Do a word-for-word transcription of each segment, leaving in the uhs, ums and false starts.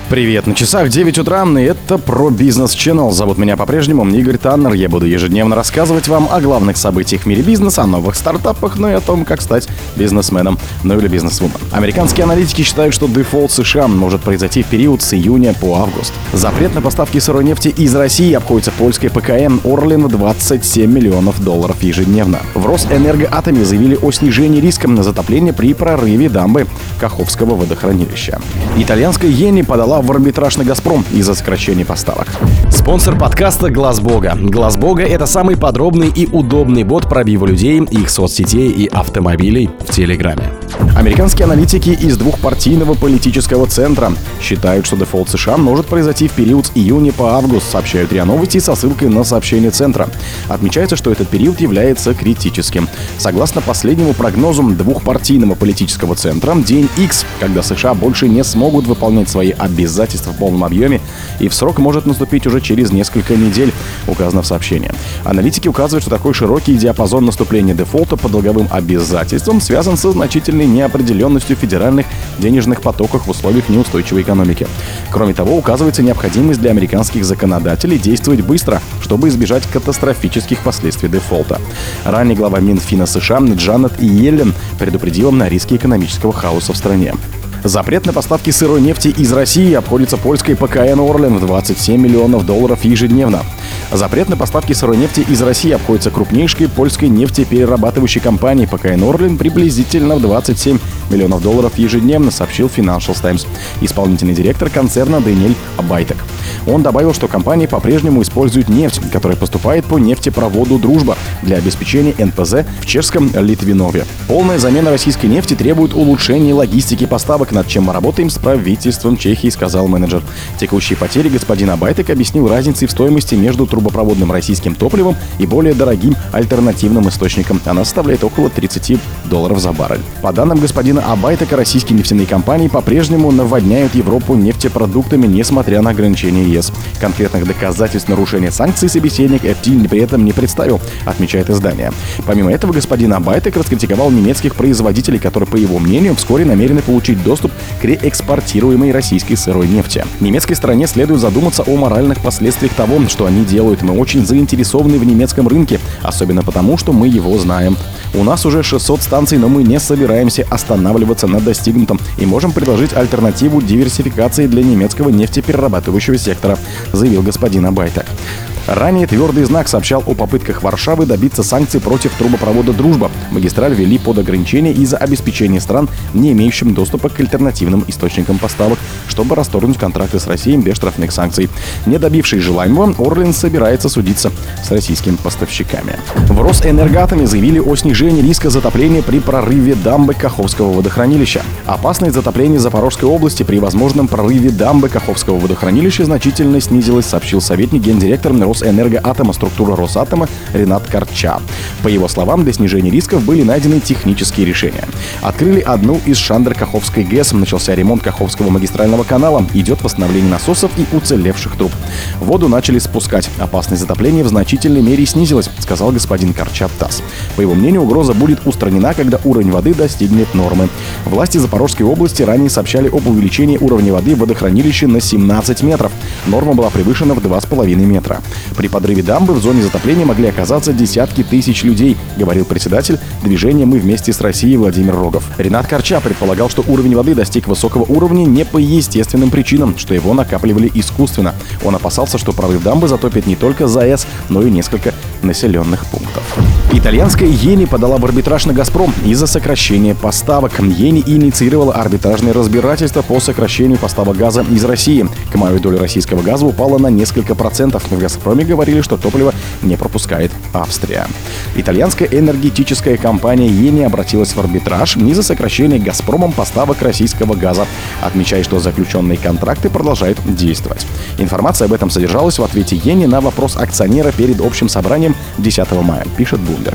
Привет, на часах девять утра, и это про Business Channel. Зовут меня по-прежнему Игорь Таннер. Я буду ежедневно рассказывать вам о главных событиях в мире бизнеса, о новых стартапах, ну и о том, как стать бизнесменом, ну или бизнесвумен. Американские аналитики считают, что дефолт США может произойти в период с июня по август. Запрет на поставки сырой нефти из России обходится польской ПКМ Орлен в двадцать семь миллионов долларов ежедневно. В Росэнергоатоме заявили о снижении риска на затопление при прорыве дамбы Каховского водохранилища. Итальянская Ени подала в арбитраж на «Газпром» из-за сокращения поставок. Спонсор подкаста — Глаз Бога. Глаз Бога — это самый подробный и удобный бот пробива людей, их соцсетей и автомобилей в Телеграме. Американские аналитики из двухпартийного политического центра считают, что дефолт США может произойти в период с июня по август, сообщают РИА Новости со ссылкой на сообщение центра. Отмечается, что этот период является критическим. Согласно последнему прогнозу двухпартийного политического центра, день X, когда США больше не смогут выполнять свои обязательства в полном объеме, и в срок может наступить уже через несколько недель, указано в сообщении. Аналитики указывают, что такой широкий диапазон наступления дефолта по долговым обязательствам связан со значительной неопределенностью федеральных денежных потоков в условиях неустойчивой экономики. Кроме того, указывается необходимость для американских законодателей действовать быстро, чтобы избежать катастрофических последствий дефолта. Ранее глава Минфина США Джанет Йеллен предупредила на риски экономического хаоса в стране. Запрет на поставки сырой нефти из России обходится польской ПКН Орлен в двадцать семь миллионов долларов ежедневно. Запрет на поставки сырой нефти из России обходится крупнейшей польской нефтеперерабатывающей компанией ПКН Орлен приблизительно в двадцать семь миллионов долларов ежедневно, сообщил Financial Times исполнительный директор концерна Даниэль Абайтек. Он добавил, что компания по-прежнему использует нефть, которая поступает по нефтепроводу «Дружба» для обеспечения эн пэ зэ в чешском Литвинове. Полная замена российской нефти требует улучшения логистики поставок, над чем мы работаем с правительством Чехии, сказал менеджер. Текущие потери господин Абайтек объяснил разницей в стоимости между трубопроводным российским топливом и более дорогим альтернативным источником. Она составляет около тридцать долларов за баррель. По данным господина Абайтека, российские нефтяные компании по-прежнему наводняют Европу нефтепродуктами, несмотря на ограничения ЕС. Конкретных доказательств нарушения санкций собеседник эф ти при этом не представил, отмечает издание. Помимо этого, господин Абайтек раскритиковал немецких производителей, которые, по его мнению, вскоре намерены получить доступ к реэкспортируемой российской сырой нефти. Немецкой стороне следует задуматься о моральных последствиях того, что они делают. Мы очень заинтересованы в немецком рынке, особенно потому, что мы его знаем. У нас уже шестьсот станций, но мы не собираемся останавливаться на достигнутом и можем предложить альтернативу диверсификации для немецкого нефтеперерабатывающего сектора, заявил господин Абайтек. Ранее «Твердый знак» сообщал о попытках Варшавы добиться санкций против трубопровода «Дружба». Магистраль ввели под ограничение из-за обеспечения стран, не имеющим доступа к альтернативным источникам поставок, чтобы расторгнуть контракты с Россией без штрафных санкций. Не добившись желаемого, Орлен собирается судиться с российскими поставщиками. В Росэнергоатоме заявили о снижении риска затопления при прорыве дамбы Каховского водохранилища. Опасность затопления Запорожской области при возможном прорыве дамбы Каховского водохранилища значительно снизилась, сообщил советник гендиректора Росэнергоатома структуры Росатома Ренат Карча. По его словам, для снижения рисков были найдены технические решения. Открыли одну из шандр Каховской ГЭС, начался ремонт Каховского магистрального канала, идет восстановление насосов и уцелевших труб. Воду начали спускать. Опасность затопления в значительной мере снизилась, сказал господин Карча ТАСС. По его мнению, угроза будет устранена, когда уровень воды достигнет нормы. Власти Запорожской области ранее сообщали об увеличении уровня воды в водохранилище на семнадцать метров. Норма была превышена в два с половиной метра. При подрыве дамбы в зоне затопления могли оказаться десятки тысяч людей, говорил председатель движения «Мы вместе с Россией» Владимир Рогов. Ренат Карча предполагал, что уровень воды достиг высокого уровня не по естественным причинам, что его накапливали искусственно. Он опасался, что прорыв дамбы затопит не только ЗАЭС, но и несколько населенных пунктов. Итальянская Ени подала в арбитраж на «Газпром» из-за сокращения поставок. Ени инициировала арбитражное разбирательство по сокращению поставок газа из России. К маю доля российского газа упала на несколько процентов. В «Газпроме» говорили, что топливо не пропускает Австрия. Итальянская энергетическая компания Ени обратилась в арбитраж из-за сокращения «Газпромом» поставок российского газа, отмечая, что заключенные контракты продолжают действовать. Информация об этом содержалась в ответе Ени на вопрос акционера перед общим собранием десятого мая, пишет Bloomberg.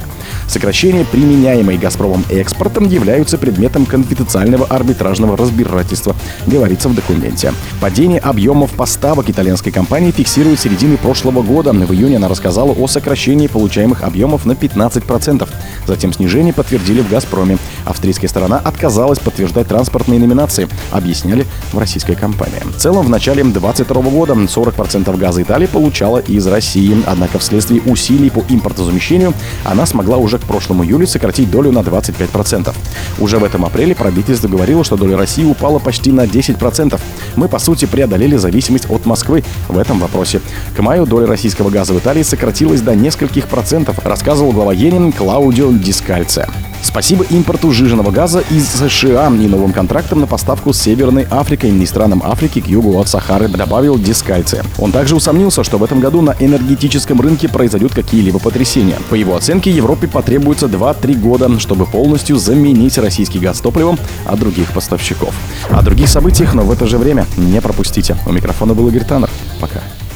Сокращения, применяемые «Газпромом» экспортом, являются предметом конфиденциального арбитражного разбирательства, говорится в документе. Падение объемов поставок итальянской компании фиксирует с середины прошлого года. В июне она рассказала о сокращении получаемых объемов на пятнадцать процентов. Затем снижение подтвердили в «Газпроме». Австрийская сторона отказалась подтверждать транспортные номинации, объясняли в российской компании. В целом, в начале две тысячи двадцать второго года сорок процентов газа Италии получала из России. Однако вследствие усилий по импортозамещению она смогла уже к прошлому июлю сократить долю на двадцать пять процентов. Уже в этом апреле правительство говорило, что доля России упала почти на десять процентов. Мы, по сути, преодолели зависимость от Москвы в этом вопросе. К маю доля российского газа в Италии сократилась до нескольких процентов, рассказывал глава Енин Клаудио Дискальце. Спасибо импорту сжиженного газа из США и новым контрактам на поставку с Северной Африкой и странам Африки к югу от Сахары, добавил Дискальце. Он также усомнился, что в этом году на энергетическом рынке произойдут какие-либо потрясения. По его оценке, Европе потребуется два-три года, чтобы полностью заменить российский газ топливом от других поставщиков. О других событиях, но в это же время не пропустите. У микрофона был Игорь Таннер. Пока.